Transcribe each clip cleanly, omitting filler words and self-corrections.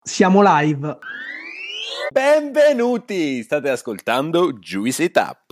Siamo live. Benvenuti! State ascoltando Juice It Up.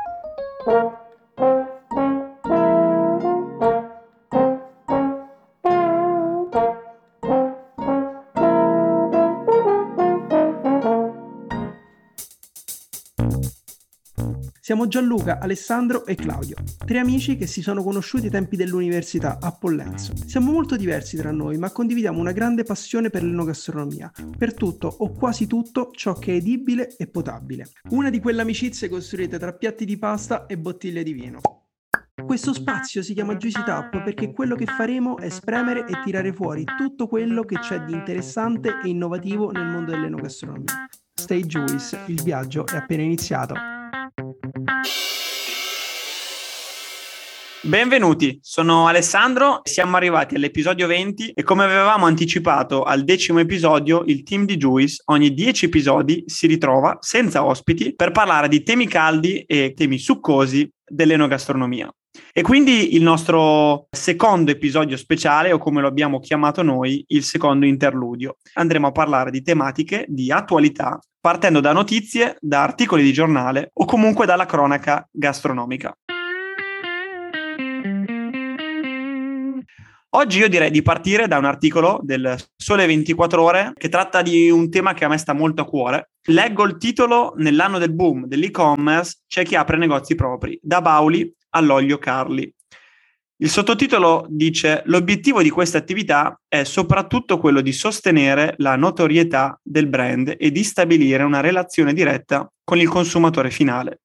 Siamo Gianluca, Alessandro e Claudio, tre amici che si sono conosciuti ai tempi dell'università a Pollenzo. Siamo molto diversi tra noi, ma condividiamo una grande passione per l'enogastronomia, per tutto o quasi tutto ciò che è edibile e potabile. Una di quelle amicizie costruite tra piatti di pasta e bottiglie di vino. Questo spazio si chiama Juice It Up perché quello che faremo è spremere e tirare fuori tutto quello che c'è di interessante e innovativo nel mondo dell'enogastronomia. Stay Juice, il viaggio è appena iniziato. Benvenuti, sono Alessandro, siamo arrivati all'episodio 20 e come avevamo anticipato al 10° episodio, il team di Juice ogni 10 episodi si ritrova senza ospiti per parlare di temi caldi e temi succosi dell'enogastronomia. E quindi il nostro secondo episodio speciale, o come lo abbiamo chiamato noi, il secondo interludio. Andremo a parlare di tematiche di attualità, partendo da notizie, da articoli di giornale o comunque dalla cronaca gastronomica. Oggi io direi di partire da un articolo del Sole 24 Ore che tratta di un tema che a me sta molto a cuore. Leggo il titolo: nell'anno del boom dell'e-commerce c'è chi apre negozi propri, da Bauli all'Olio Carli. Il sottotitolo dice: l'obiettivo di questa attività è soprattutto quello di sostenere la notorietà del brand e di stabilire una relazione diretta con il consumatore finale.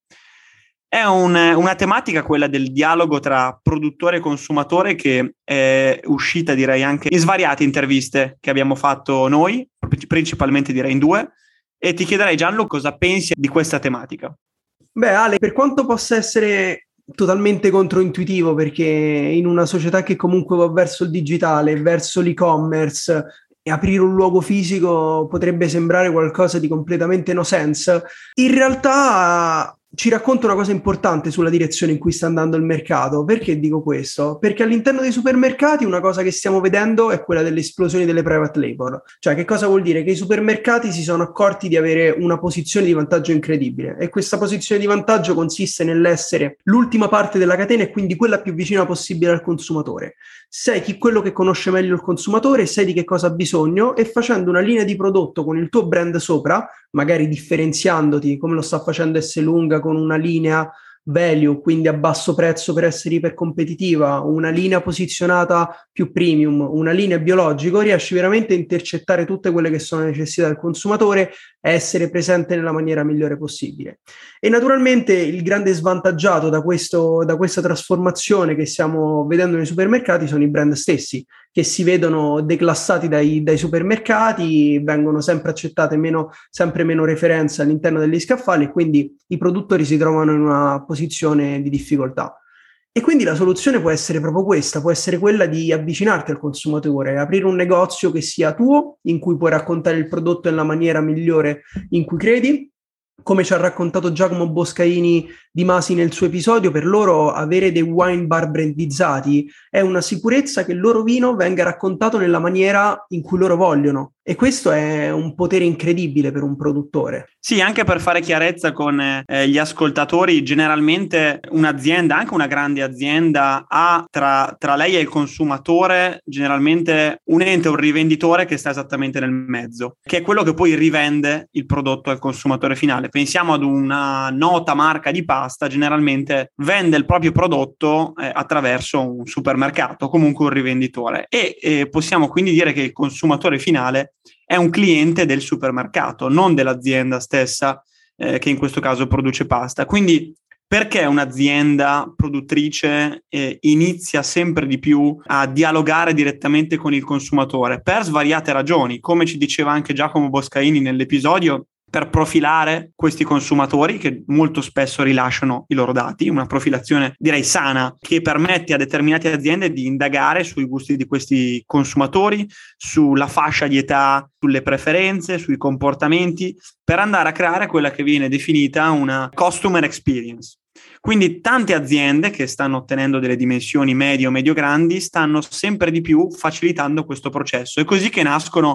È una tematica, quella del dialogo tra produttore e consumatore, che è uscita direi anche in svariate interviste che abbiamo fatto noi, principalmente direi in 2, e ti chiederei, Gianlu, cosa pensi di questa tematica? Beh, Ale, per quanto possa essere totalmente controintuitivo, perché in una società che comunque va verso il digitale, verso l'e-commerce, e aprire un luogo fisico potrebbe sembrare qualcosa di completamente no sense, in realtà ci racconta una cosa importante sulla direzione in cui sta andando il mercato. Perché dico questo? Perché all'interno dei supermercati una cosa che stiamo vedendo è quella dell'esplosione delle private label. Cioè, che cosa vuol dire? Che i supermercati si sono accorti di avere una posizione di vantaggio incredibile, e questa posizione di vantaggio consiste nell'essere l'ultima parte della catena e quindi quella più vicina possibile al consumatore. Sei quello che conosce meglio il consumatore, sai di che cosa ha bisogno, e facendo una linea di prodotto con il tuo brand sopra, magari differenziandoti come lo sta facendo Esselunga con una linea value, quindi a basso prezzo per essere ipercompetitiva, una linea posizionata più premium, una linea biologico, riesci veramente a intercettare tutte quelle che sono le necessità del consumatore e essere presente nella maniera migliore possibile. E naturalmente il grande svantaggiato da questa trasformazione che stiamo vedendo nei supermercati sono i brand stessi, che si vedono declassati dai supermercati, vengono sempre accettate sempre meno referenze all'interno degli scaffali, e quindi i produttori si trovano in una posizione di difficoltà. E quindi la soluzione può essere proprio questa, può essere quella di avvicinarti al consumatore, aprire un negozio che sia tuo, in cui puoi raccontare il prodotto nella maniera migliore in cui credi. Come ci ha raccontato Giacomo Boscaini di Masi nel suo episodio, per loro avere dei wine bar brandizzati è una sicurezza che il loro vino venga raccontato nella maniera in cui loro vogliono, e questo è un potere incredibile per un produttore. Sì, anche per fare chiarezza con gli ascoltatori, generalmente un'azienda, anche una grande azienda, ha tra lei e il consumatore generalmente un ente, un rivenditore che sta esattamente nel mezzo, che è quello che poi rivende il prodotto al consumatore finale. Pensiamo ad una nota marca di pasta, generalmente vende il proprio prodotto attraverso un supermercato, comunque un rivenditore, e possiamo quindi dire che il consumatore finale è un cliente del supermercato, non dell'azienda stessa che in questo caso produce pasta. Quindi perché un'azienda produttrice inizia sempre di più a dialogare direttamente con il consumatore? Per svariate ragioni, come ci diceva anche Giacomo Boscaini nell'episodio, per profilare questi consumatori che molto spesso rilasciano i loro dati, una profilazione direi sana che permette a determinate aziende di indagare sui gusti di questi consumatori, sulla fascia di età, sulle preferenze, sui comportamenti, per andare a creare quella che viene definita una customer experience. Quindi tante aziende che stanno ottenendo delle dimensioni medio grandi stanno sempre di più facilitando questo processo. È così che nascono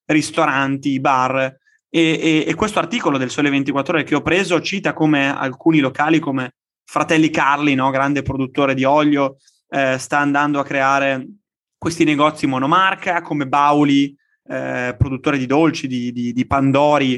ristoranti, bar. E questo articolo del Sole 24 Ore che ho preso cita come alcuni locali come Fratelli Carli, no? Grande produttore di olio, sta andando a creare questi negozi monomarca, come Bauli, produttore di dolci, di Pandori,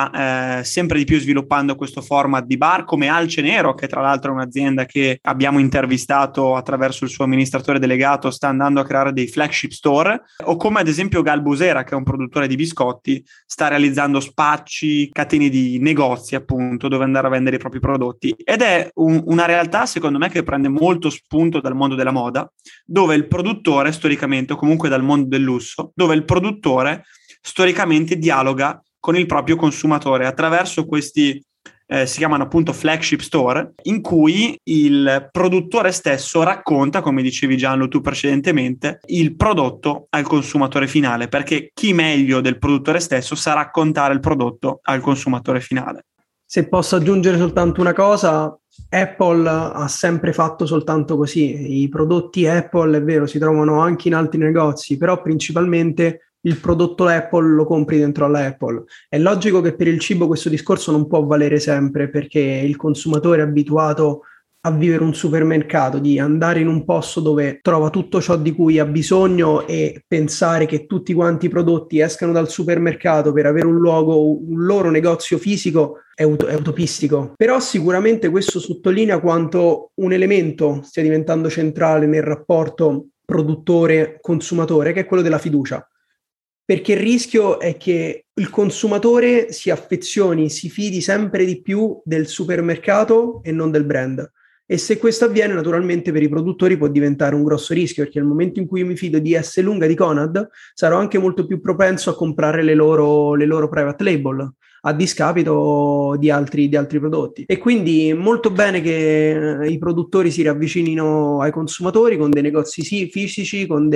sta sempre di più sviluppando questo format di bar, come Alce Nero, che tra l'altro è un'azienda che abbiamo intervistato attraverso il suo amministratore delegato, sta andando a creare dei flagship store, o come ad esempio Galbusera, che è un produttore di biscotti, sta realizzando spacci, catene di negozi appunto, dove andare a vendere i propri prodotti. Ed è una realtà secondo me che prende molto spunto dal mondo della moda, dove il produttore storicamente, o comunque dal mondo del lusso, dove il produttore storicamente dialoga con il proprio consumatore attraverso questi si chiamano appunto flagship store, in cui il produttore stesso racconta, come dicevi Gianlu tu precedentemente, il prodotto al consumatore finale, perché chi meglio del produttore stesso sa raccontare il prodotto al consumatore finale. Se posso aggiungere soltanto una cosa, Apple ha sempre fatto soltanto così. I prodotti Apple, è vero, si trovano anche in altri negozi, però principalmente il prodotto Apple lo compri dentro alla Apple. È logico che per il cibo questo discorso non può valere sempre, perché il consumatore è abituato a vivere un supermercato, di andare in un posto dove trova tutto ciò di cui ha bisogno, e pensare che tutti quanti i prodotti escano dal supermercato per avere un luogo, un loro negozio fisico è utopistico. Però sicuramente questo sottolinea quanto un elemento stia diventando centrale nel rapporto produttore-consumatore, che è quello della fiducia. Perché il rischio è che il consumatore si affezioni, si fidi sempre di più del supermercato e non del brand. E se questo avviene, naturalmente per i produttori può diventare un grosso rischio, perché nel momento in cui io mi fido di Esselunga, di Conad, sarò anche molto più propenso a comprare le loro private label, a discapito di altri prodotti. E quindi molto bene che i produttori si riavvicinino ai consumatori con dei negozi fisici, con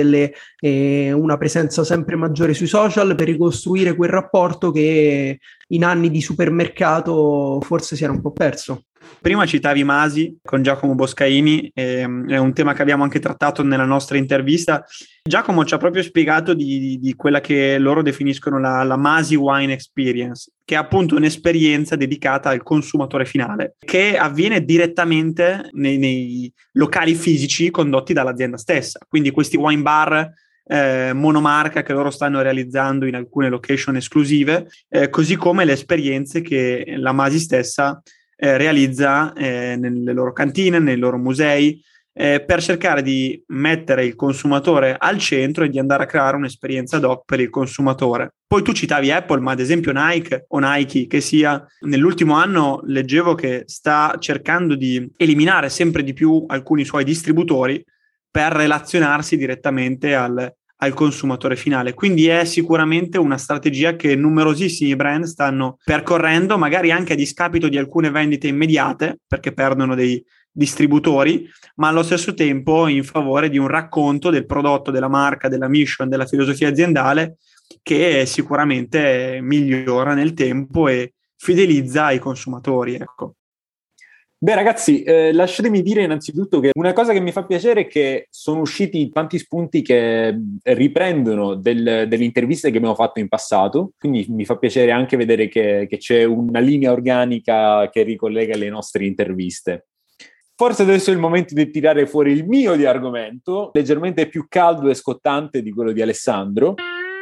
una presenza sempre maggiore sui social, per ricostruire quel rapporto che in anni di supermercato forse si era un po' perso. Prima citavi Masi con Giacomo Boscaini, è un tema che abbiamo anche trattato nella nostra intervista. Giacomo ci ha proprio spiegato di quella che loro definiscono la Masi Wine Experience, che è appunto un'esperienza dedicata al consumatore finale, che avviene direttamente nei locali fisici condotti dall'azienda stessa. Quindi questi wine bar monomarca che loro stanno realizzando in alcune location esclusive, così come le esperienze che la Masi stessa realizza nelle loro cantine, nei loro musei, per cercare di mettere il consumatore al centro e di andare a creare un'esperienza ad hoc per il consumatore. Poi tu citavi Apple, ma ad esempio Nike o Nike, che sia nell'ultimo anno leggevo che sta cercando di eliminare sempre di più alcuni suoi distributori per relazionarsi direttamente al consumatore finale. Quindi è sicuramente una strategia che numerosissimi brand stanno percorrendo, magari anche a discapito di alcune vendite immediate, perché perdono dei distributori, ma allo stesso tempo in favore di un racconto del prodotto, della marca, della mission, della filosofia aziendale, che sicuramente migliora nel tempo e fidelizza i consumatori, ecco. Beh ragazzi, lasciatemi dire innanzitutto che una cosa che mi fa piacere è che sono usciti tanti spunti che riprendono delle interviste che abbiamo fatto in passato, quindi mi fa piacere anche vedere che c'è una linea organica che ricollega le nostre interviste. Forse adesso è il momento di tirare fuori il mio di argomento, leggermente più caldo e scottante di quello di Alessandro.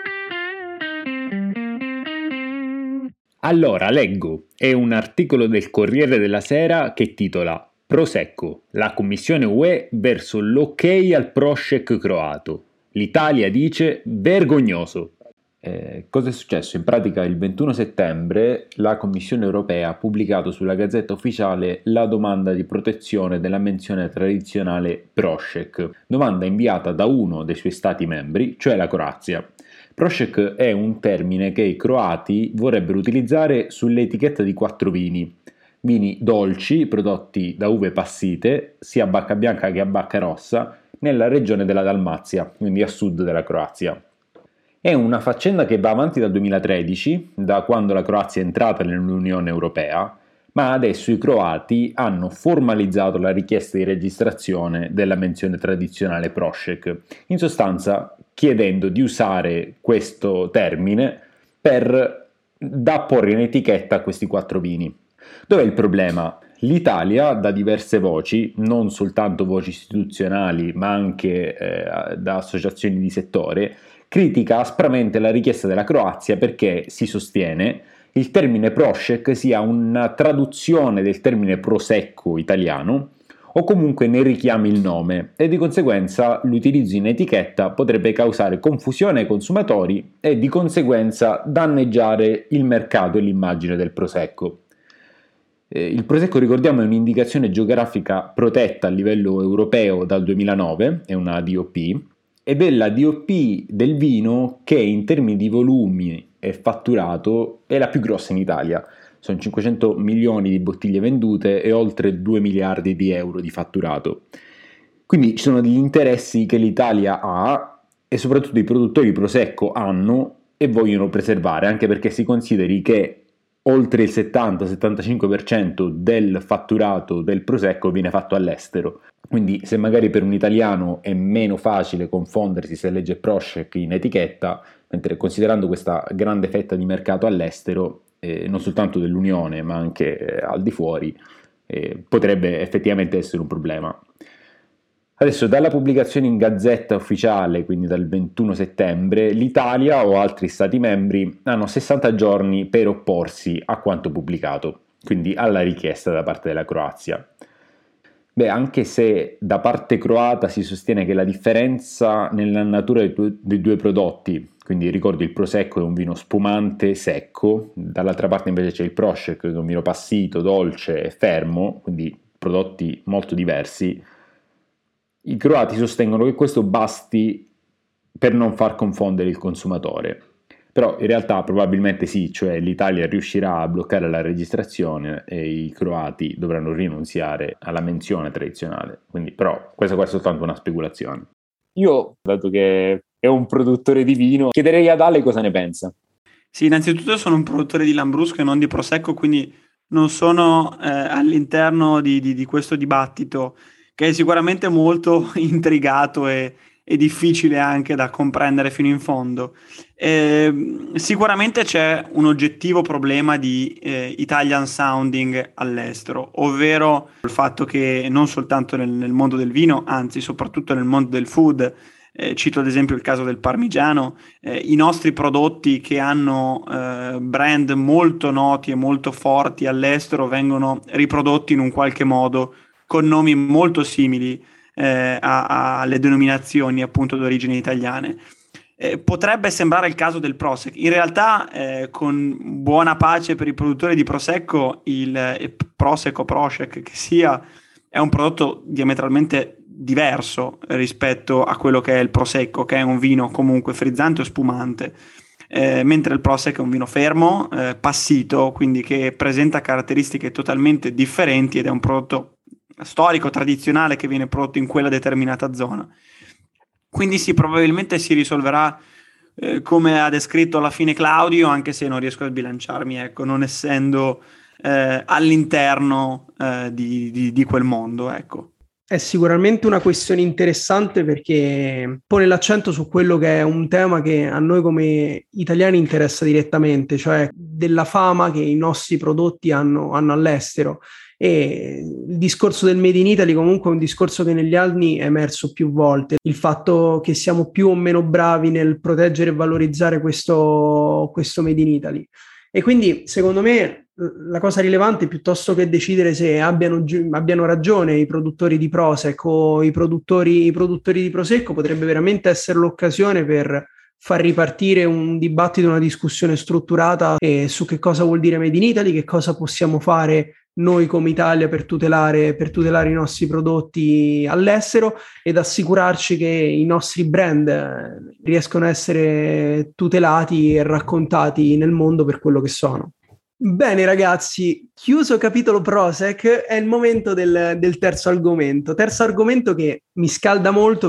Allora, leggo, è un articolo del Corriere della Sera che titola Prosecco, la Commissione UE verso l'ok al Prošek croato. L'Italia dice vergognoso. Cosa è successo? In pratica il 21 settembre la Commissione europea ha pubblicato sulla Gazzetta Ufficiale la domanda di protezione della menzione tradizionale Prošek, domanda inviata da uno dei suoi stati membri, cioè la Croazia. Prošek è un termine che i croati vorrebbero utilizzare sull'etichetta di 4 vini dolci prodotti da uve passite, sia a bacca bianca che a bacca rossa, nella regione della Dalmazia, quindi a sud della Croazia. È una faccenda che va avanti dal 2013, da quando la Croazia è entrata nell'Unione Europea, ma adesso i croati hanno formalizzato la richiesta di registrazione della menzione tradizionale Prošek. In sostanza, chiedendo di usare questo termine da porre in etichetta a questi 4 vini. Dov'è il problema? L'Italia, da diverse voci, non soltanto voci istituzionali, ma anche da associazioni di settore, critica aspramente la richiesta della Croazia perché si sostiene il termine Prošek sia una traduzione del termine prosecco italiano o comunque ne richiami il nome e di conseguenza l'utilizzo in etichetta potrebbe causare confusione ai consumatori e di conseguenza danneggiare il mercato e l'immagine del Prosecco. Il Prosecco, ricordiamo, è un'indicazione geografica protetta a livello europeo dal 2009, è una DOP, ed è la DOP del vino che in termini di volumi e fatturato è la più grossa in Italia. Sono 500 milioni di bottiglie vendute e oltre 2 miliardi di euro di fatturato. Quindi ci sono degli interessi che l'Italia ha e soprattutto i produttori di Prosecco hanno e vogliono preservare, anche perché si consideri che oltre il 70-75% del fatturato del Prosecco viene fatto all'estero. Quindi se magari per un italiano è meno facile confondersi se legge Prošek in etichetta, mentre considerando questa grande fetta di mercato all'estero, non soltanto dell'Unione ma anche al di fuori, potrebbe effettivamente essere un problema. Adesso, dalla pubblicazione in Gazzetta Ufficiale, quindi dal 21 settembre, l'Italia o altri Stati membri hanno 60 giorni per opporsi a quanto pubblicato, quindi alla richiesta da parte della Croazia. Anche se da parte croata si sostiene che la differenza nella natura dei due prodotti, quindi ricordo il Prosecco è un vino spumante secco, dall'altra parte invece c'è il Prošek che è un vino passito, dolce e fermo, quindi prodotti molto diversi, i croati sostengono che questo basti per non far confondere il consumatore. Però in realtà probabilmente sì, cioè l'Italia riuscirà a bloccare la registrazione e i croati dovranno rinunziare alla menzione tradizionale. Quindi, però questa qua è soltanto una speculazione. Io, dato che è un produttore di vino, chiederei ad Ale cosa ne pensa. Sì, innanzitutto sono un produttore di Lambrusco e non di Prosecco, quindi non sono all'interno di questo dibattito, che è sicuramente molto intrigato e difficile anche da comprendere fino in fondo. Sicuramente c'è un oggettivo problema di Italian sounding all'estero, ovvero il fatto che non soltanto nel mondo del vino, anzi soprattutto nel mondo del food, cito ad esempio il caso del parmigiano, i nostri prodotti che hanno brand molto noti e molto forti all'estero vengono riprodotti in un qualche modo con nomi molto simili alle denominazioni appunto d'origine italiane. Potrebbe sembrare il caso del Prosecco. In realtà, con buona pace per i produttori di Prosecco, il Prosecco, Prošek che sia, è un prodotto diametralmente diverso rispetto a quello che è il Prosecco, che è un vino comunque frizzante o spumante, mentre il Prosecco è un vino fermo, passito, quindi che presenta caratteristiche totalmente differenti ed è un prodotto storico, tradizionale che viene prodotto in quella determinata zona. Quindi sì, probabilmente si risolverà come ha descritto alla fine Claudio, anche se non riesco a sbilanciarmi, ecco, non essendo all'interno di quel mondo, ecco. È sicuramente una questione interessante perché pone l'accento su quello che è un tema che a noi come italiani interessa direttamente, cioè della fama che i nostri prodotti hanno all'estero. E il discorso del Made in Italy comunque è un discorso che negli anni è emerso più volte, il fatto che siamo più o meno bravi nel proteggere e valorizzare questo Made in Italy. E quindi secondo me la cosa rilevante, piuttosto che decidere se abbiano ragione i produttori di Prosecco o i produttori di Prosecco, potrebbe veramente essere l'occasione per far ripartire un dibattito, una discussione strutturata su che cosa vuol dire Made in Italy, che cosa possiamo fare noi come Italia per tutelare i nostri prodotti all'estero ed assicurarci che i nostri brand riescono a essere tutelati e raccontati nel mondo per quello che sono. Bene ragazzi, chiuso capitolo Prosek, è il momento del terzo argomento che mi scalda molto.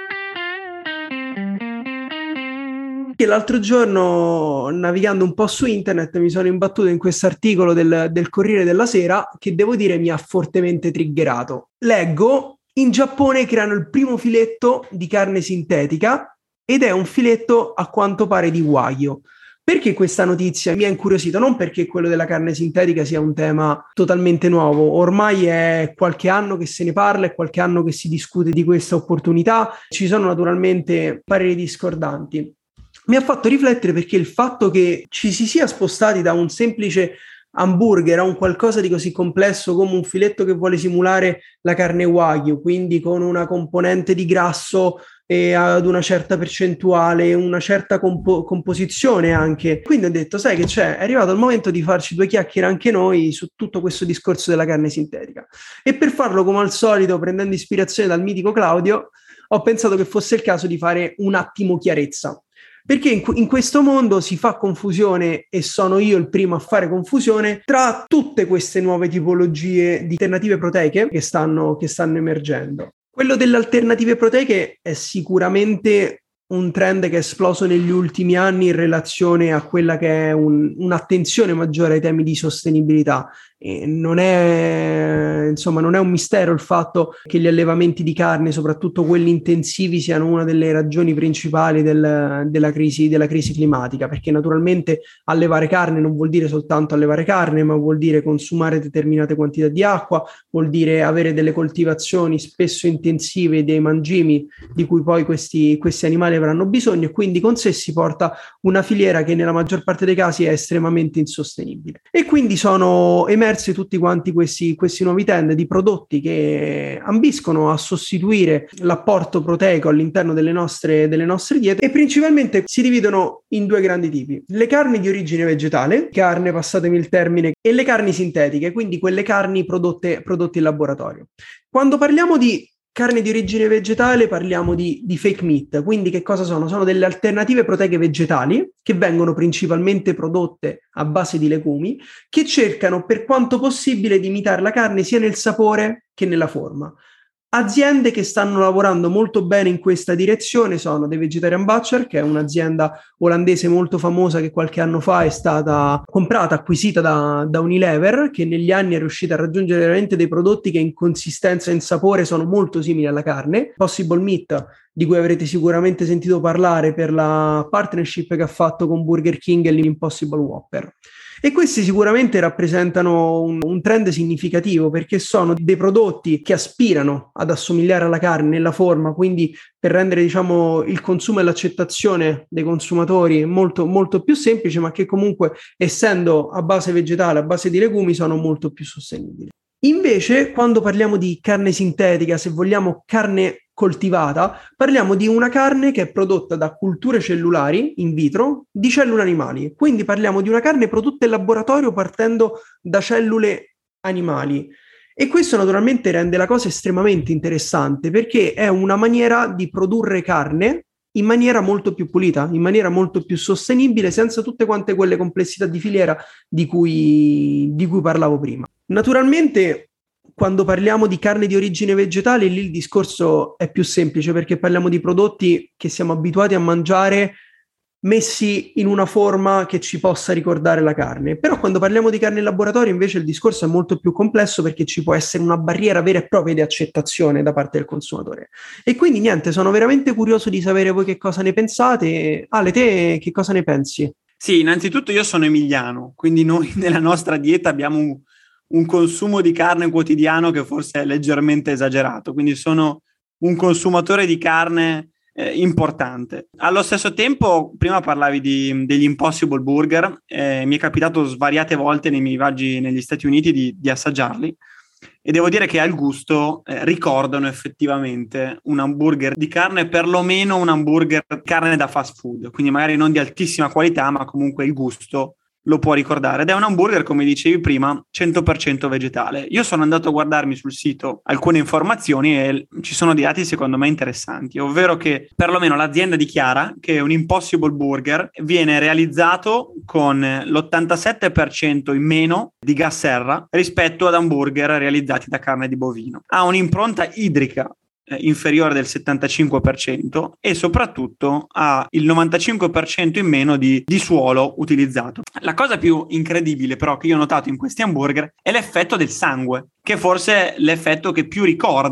L'altro giorno, navigando un po' su internet, mi sono imbattuto in questo articolo del Corriere della Sera che devo dire mi ha fortemente triggerato. Leggo: in Giappone creano il primo filetto di carne sintetica ed è un filetto a quanto pare di Wagyu. Perché questa notizia mi ha incuriosito? Non perché quello della carne sintetica sia un tema totalmente nuovo, ormai è qualche anno che se ne parla, è qualche anno che si discute di questa opportunità, ci sono naturalmente pareri discordanti. Mi ha fatto riflettere perché il fatto che ci si sia spostati da un semplice hamburger a un qualcosa di così complesso come un filetto che vuole simulare la carne Wagyu, quindi con una componente di grasso e ad una certa percentuale, una certa composizione anche. Quindi ho detto, sai che c'è? È arrivato il momento di farci due chiacchiere anche noi su tutto questo discorso della carne sintetica. E per farlo, come al solito, prendendo ispirazione dal mitico Claudio, ho pensato che fosse il caso di fare un attimo chiarezza. Perché in questo mondo si fa confusione, e sono io il primo a fare confusione, tra tutte queste nuove tipologie di alternative proteiche che stanno emergendo. Quello delle alternative proteiche è sicuramente un trend che è esploso negli ultimi anni in relazione a quella che è un'attenzione maggiore ai temi di sostenibilità. E non è un mistero il fatto che gli allevamenti di carne, soprattutto quelli intensivi, siano una delle ragioni principali della crisi climatica, perché naturalmente allevare carne non vuol dire soltanto allevare carne, ma vuol dire consumare determinate quantità di acqua, vuol dire avere delle coltivazioni spesso intensive dei mangimi di cui poi questi animali avranno bisogno, e quindi con sé si porta una filiera che nella maggior parte dei casi è estremamente insostenibile. E quindi sono emersi tutti quanti questi nuovi trend di prodotti che ambiscono a sostituire l'apporto proteico all'interno delle nostre diete, e principalmente si dividono in due grandi tipi: le carni di origine vegetale, carne, passatemi il termine, e le carni sintetiche, quindi quelle carni prodotte in laboratorio. Quando parliamo di carne di origine vegetale parliamo di fake meat, quindi che cosa sono? Sono delle alternative proteiche vegetali che vengono principalmente prodotte a base di legumi, che cercano per quanto possibile di imitare la carne sia nel sapore che nella forma. Aziende che stanno lavorando molto bene in questa direzione sono The Vegetarian Butcher, che è un'azienda olandese molto famosa che qualche anno fa è stata acquisita da Unilever, che negli anni è riuscita a raggiungere veramente dei prodotti che in consistenza e in sapore sono molto simili alla carne. Possible Meat, di cui avrete sicuramente sentito parlare per la partnership che ha fatto con Burger King e l'Impossible Whopper. E questi sicuramente rappresentano un trend significativo, perché sono dei prodotti che aspirano ad assomigliare alla carne nella forma, quindi per rendere, il consumo e l'accettazione dei consumatori molto, molto più semplice, ma che comunque, essendo a base vegetale, a base di legumi, sono molto più sostenibili. Invece, quando parliamo di carne sintetica, se vogliamo carne coltivata, parliamo di una carne che è prodotta da culture cellulari in vitro di cellule animali. Quindi parliamo di una carne prodotta in laboratorio partendo da cellule animali. E questo naturalmente rende la cosa estremamente interessante, perché è una maniera di produrre carne in maniera molto più pulita, in maniera molto più sostenibile, senza tutte quante quelle complessità di filiera di cui parlavo prima. Naturalmente, quando parliamo di carne di origine vegetale, lì il discorso è più semplice, perché parliamo di prodotti che siamo abituati a mangiare messi in una forma che ci possa ricordare la carne. Però quando parliamo di carne in laboratorio invece il discorso è molto più complesso, perché ci può essere una barriera vera e propria di accettazione da parte del consumatore. E quindi niente, sono veramente curioso di sapere voi che cosa ne pensate. Ale, te che cosa ne pensi? Sì, innanzitutto io sono emiliano, quindi noi nella nostra dieta abbiamo un consumo di carne quotidiano che forse è leggermente esagerato, quindi sono un consumatore di carne importante. Allo stesso tempo, prima parlavi degli Impossible Burger, mi è capitato svariate volte nei miei viaggi negli Stati Uniti di assaggiarli, e devo dire che al gusto ricordano effettivamente un hamburger di carne, perlomeno un hamburger carne da fast food, quindi magari non di altissima qualità, ma comunque il gusto lo può ricordare, ed è un hamburger, come dicevi prima, 100% vegetale. Io sono andato a guardarmi sul sito alcune informazioni e ci sono dei dati secondo me interessanti, ovvero che perlomeno l'azienda dichiara che un Impossible Burger viene realizzato con l'87% in meno di gas serra rispetto ad hamburger realizzati da carne di bovino. Ha un'impronta idrica inferiore del 75% e soprattutto ha il 95% in meno di suolo utilizzato. La cosa più incredibile però che io ho notato in questi hamburger è l'effetto del sangue, che forse è l'effetto che più ricorda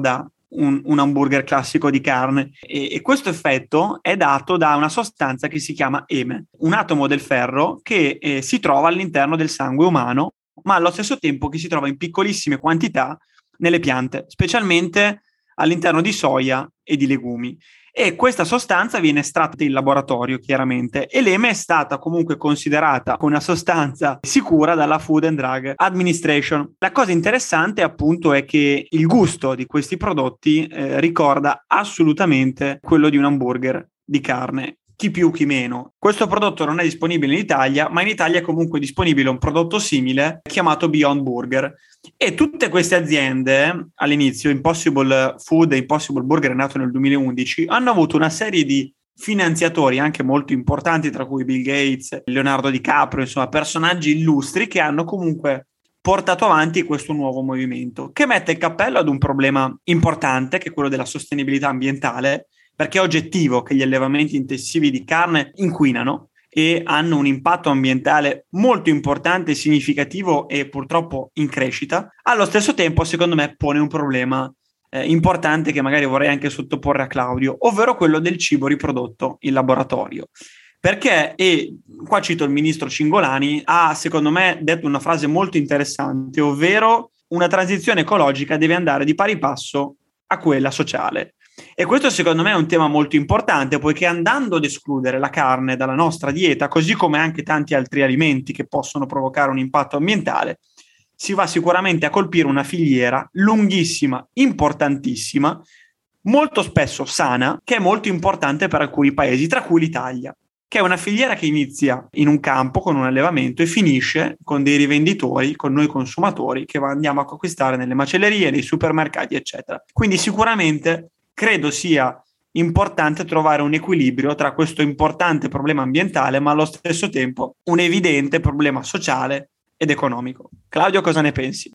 un hamburger classico di carne, e questo effetto è dato da una sostanza che si chiama eme, un atomo del ferro che si trova all'interno del sangue umano, ma allo stesso tempo che si trova in piccolissime quantità nelle piante, specialmente all'interno di soia e di legumi. E questa sostanza viene estratta in laboratorio, chiaramente, e l'eme è stata comunque considerata una sostanza sicura dalla Food and Drug Administration. La cosa interessante appunto è che il gusto di questi prodotti ricorda assolutamente quello di un hamburger di carne, chi più chi meno. Questo prodotto non è disponibile in Italia, ma in Italia è comunque disponibile un prodotto simile chiamato Beyond Burger. E tutte queste aziende, all'inizio, Impossible Food e Impossible Burger è nato nel 2011, hanno avuto una serie di finanziatori anche molto importanti, tra cui Bill Gates, Leonardo DiCaprio, insomma personaggi illustri che hanno comunque portato avanti questo nuovo movimento, che mette il cappello ad un problema importante, che è quello della sostenibilità ambientale, perché è oggettivo che gli allevamenti intensivi di carne inquinano e hanno un impatto ambientale molto importante, significativo e purtroppo in crescita. Allo stesso tempo, secondo me, pone un problema importante che magari vorrei anche sottoporre a Claudio, ovvero quello del cibo riprodotto in laboratorio. Perché, e qua cito il ministro Cingolani, ha secondo me detto una frase molto interessante, ovvero una transizione ecologica deve andare di pari passo a quella sociale. E questo secondo me è un tema molto importante, poiché andando ad escludere la carne dalla nostra dieta, così come anche tanti altri alimenti che possono provocare un impatto ambientale, si va sicuramente a colpire una filiera lunghissima, importantissima, molto spesso sana, che è molto importante per alcuni paesi, tra cui l'Italia, che è una filiera che inizia in un campo con un allevamento e finisce con dei rivenditori, con noi consumatori, che andiamo a acquistare nelle macellerie, nei supermercati, eccetera. Quindi sicuramente credo sia importante trovare un equilibrio tra questo importante problema ambientale, ma allo stesso tempo un evidente problema sociale ed economico. Claudio, cosa ne pensi?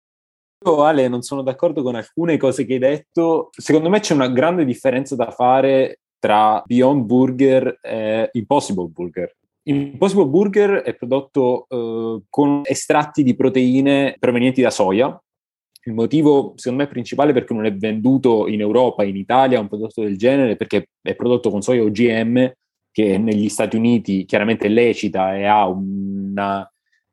Io, Ale, non sono d'accordo con alcune cose che hai detto. Secondo me c'è una grande differenza da fare tra Beyond Burger e Impossible Burger. Impossible Burger è prodotto con estratti di proteine provenienti da soia. Il motivo, secondo me, principale perché non è venduto in Europa, in Italia, un prodotto del genere, perché è prodotto con soia OGM, che negli Stati Uniti chiaramente è lecita e ha una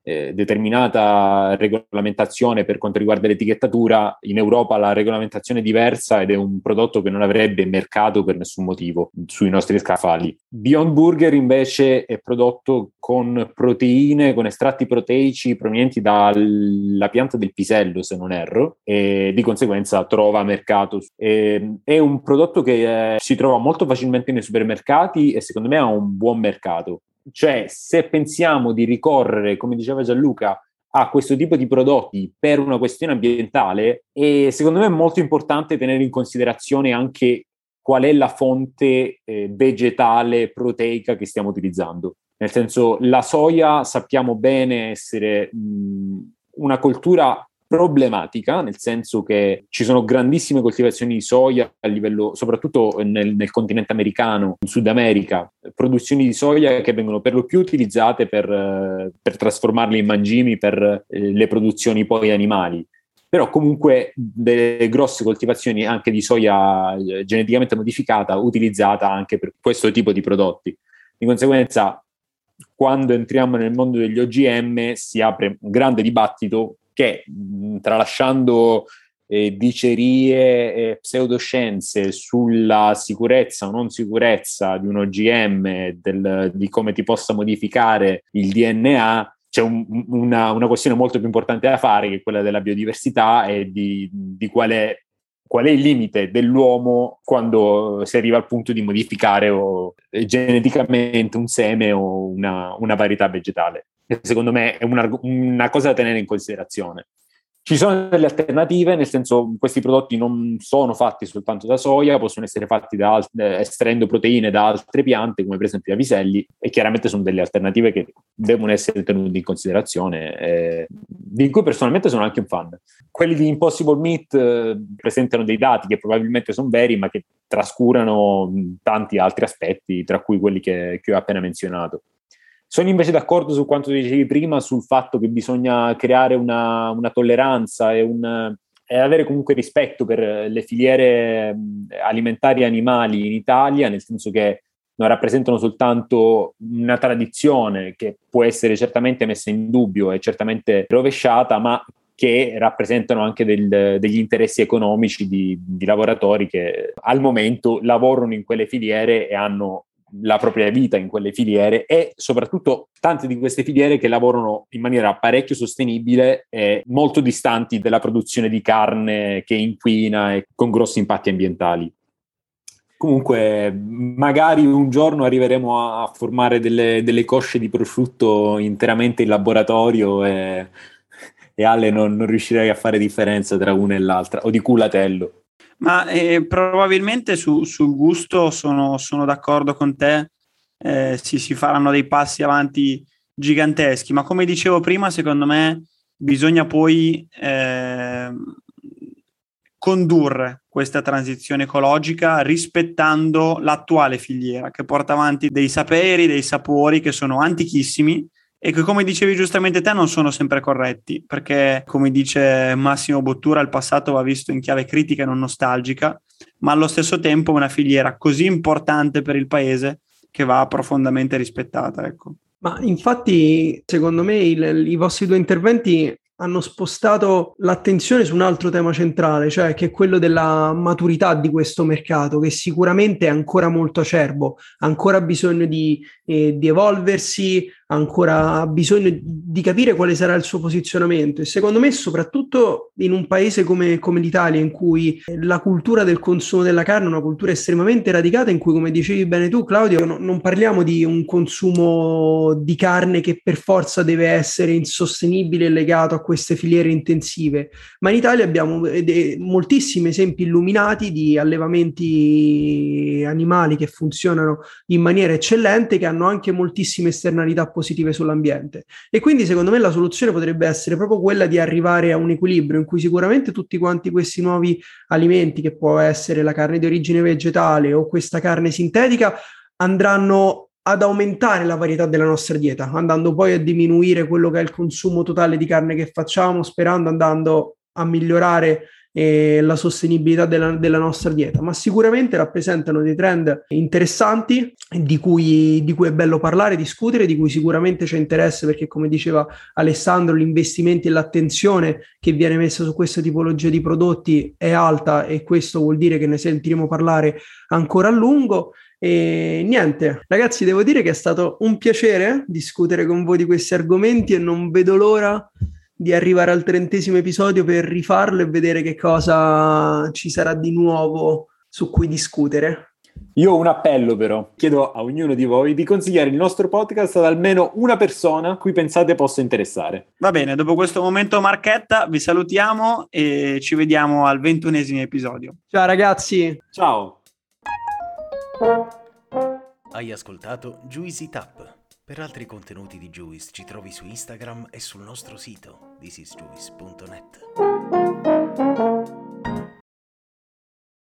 determinata regolamentazione per quanto riguarda l'etichettatura. In Europa la regolamentazione è diversa ed è un prodotto che non avrebbe mercato per nessun motivo sui nostri scaffali. Beyond Burger invece è prodotto con proteine, con estratti proteici provenienti dalla pianta del pisello, se non erro, e di conseguenza trova mercato. È un prodotto che si trova molto facilmente nei supermercati e secondo me ha un buon mercato. Cioè, se pensiamo di ricorrere, come diceva Gianluca, a questo tipo di prodotti per una questione ambientale, secondo me è molto importante tenere in considerazione anche qual è la fonte vegetale proteica che stiamo utilizzando. Nel senso, la soia sappiamo bene essere una coltura problematica, nel senso che ci sono grandissime coltivazioni di soia a livello, soprattutto nel continente americano, in Sud America, produzioni di soia che vengono per lo più utilizzate per trasformarle in mangimi per le produzioni poi animali. Però comunque delle grosse coltivazioni anche di soia geneticamente modificata utilizzata anche per questo tipo di prodotti. Di conseguenza, quando entriamo nel mondo degli OGM si apre un grande dibattito che, tralasciando dicerie e pseudoscienze sulla sicurezza o non sicurezza di un OGM, di come ti possa modificare il DNA, c'è una questione molto più importante da fare, che è quella della biodiversità e di qual è il limite dell'uomo quando si arriva al punto di modificare geneticamente un seme o una varietà vegetale. Secondo me è una cosa da tenere in considerazione. Ci sono delle alternative, nel senso, questi prodotti non sono fatti soltanto da soia, possono essere fatti estraendo proteine da altre piante, come per esempio i piselli, e chiaramente sono delle alternative che devono essere tenute in considerazione, di cui personalmente sono anche un fan. Quelli di Impossible Meat presentano dei dati che probabilmente sono veri, ma che trascurano tanti altri aspetti, tra cui quelli che ho appena menzionato. Sono invece d'accordo su quanto dicevi prima, sul fatto che bisogna creare una tolleranza e e avere comunque rispetto per le filiere alimentari animali in Italia, nel senso che non rappresentano soltanto una tradizione che può essere certamente messa in dubbio e certamente rovesciata, ma che rappresentano anche degli interessi economici di lavoratori che al momento lavorano in quelle filiere e hanno la propria vita in quelle filiere, e soprattutto tante di queste filiere che lavorano in maniera parecchio sostenibile e molto distanti dalla produzione di carne che inquina e con grossi impatti ambientali. Comunque, magari un giorno arriveremo a formare delle cosce di prosciutto interamente in laboratorio e Ale non riuscirei a fare differenza tra una e l'altra, o di culatello. Ma probabilmente sul gusto sono d'accordo con te, si faranno dei passi avanti giganteschi, ma come dicevo prima, secondo me bisogna poi condurre questa transizione ecologica rispettando l'attuale filiera che porta avanti dei saperi, dei sapori che sono antichissimi e che, come dicevi giustamente te, non sono sempre corretti, perché, come dice Massimo Bottura, il passato va visto in chiave critica e non nostalgica, ma allo stesso tempo è una filiera così importante per il paese che va profondamente rispettata, ecco. Ma infatti, secondo me, i vostri due interventi hanno spostato l'attenzione su un altro tema centrale, cioè che è quello della maturità di questo mercato, che sicuramente è ancora molto acerbo, ancora ha bisogno di evolversi, ancora ha bisogno di capire quale sarà il suo posizionamento, e secondo me soprattutto in un paese come l'Italia, in cui la cultura del consumo della carne è una cultura estremamente radicata, in cui, come dicevi bene tu, Claudio, non parliamo di un consumo di carne che per forza deve essere insostenibile e legato a queste filiere intensive, ma in Italia abbiamo moltissimi esempi illuminati di allevamenti animali che funzionano in maniera eccellente, che hanno anche moltissime esternalità positive sull'ambiente, e quindi secondo me la soluzione potrebbe essere proprio quella di arrivare a un equilibrio in cui sicuramente tutti quanti questi nuovi alimenti, che può essere la carne di origine vegetale o questa carne sintetica, andranno ad aumentare la varietà della nostra dieta, andando poi a diminuire quello che è il consumo totale di carne che facciamo, andando a migliorare la sostenibilità della nostra dieta, ma sicuramente rappresentano dei trend interessanti di cui è bello parlare, discutere, di cui sicuramente c'è interesse, perché, come diceva Alessandro, gli investimenti e l'attenzione che viene messa su questa tipologia di prodotti è alta, e questo vuol dire che ne sentiremo parlare ancora a lungo. E niente, ragazzi, devo dire che è stato un piacere discutere con voi di questi argomenti, e non vedo l'ora di arrivare al 30° episodio per rifarlo e vedere che cosa ci sarà di nuovo su cui discutere. Io ho un appello, però chiedo a ognuno di voi di consigliare il nostro podcast ad almeno una persona a cui pensate possa interessare. Va bene, dopo questo momento marchetta vi salutiamo e ci vediamo al 21° episodio. Ciao ragazzi. Ciao. Hai ascoltato Juicy Tap. Per altri contenuti di Juice ci trovi su Instagram e sul nostro sito thisisjuice.net.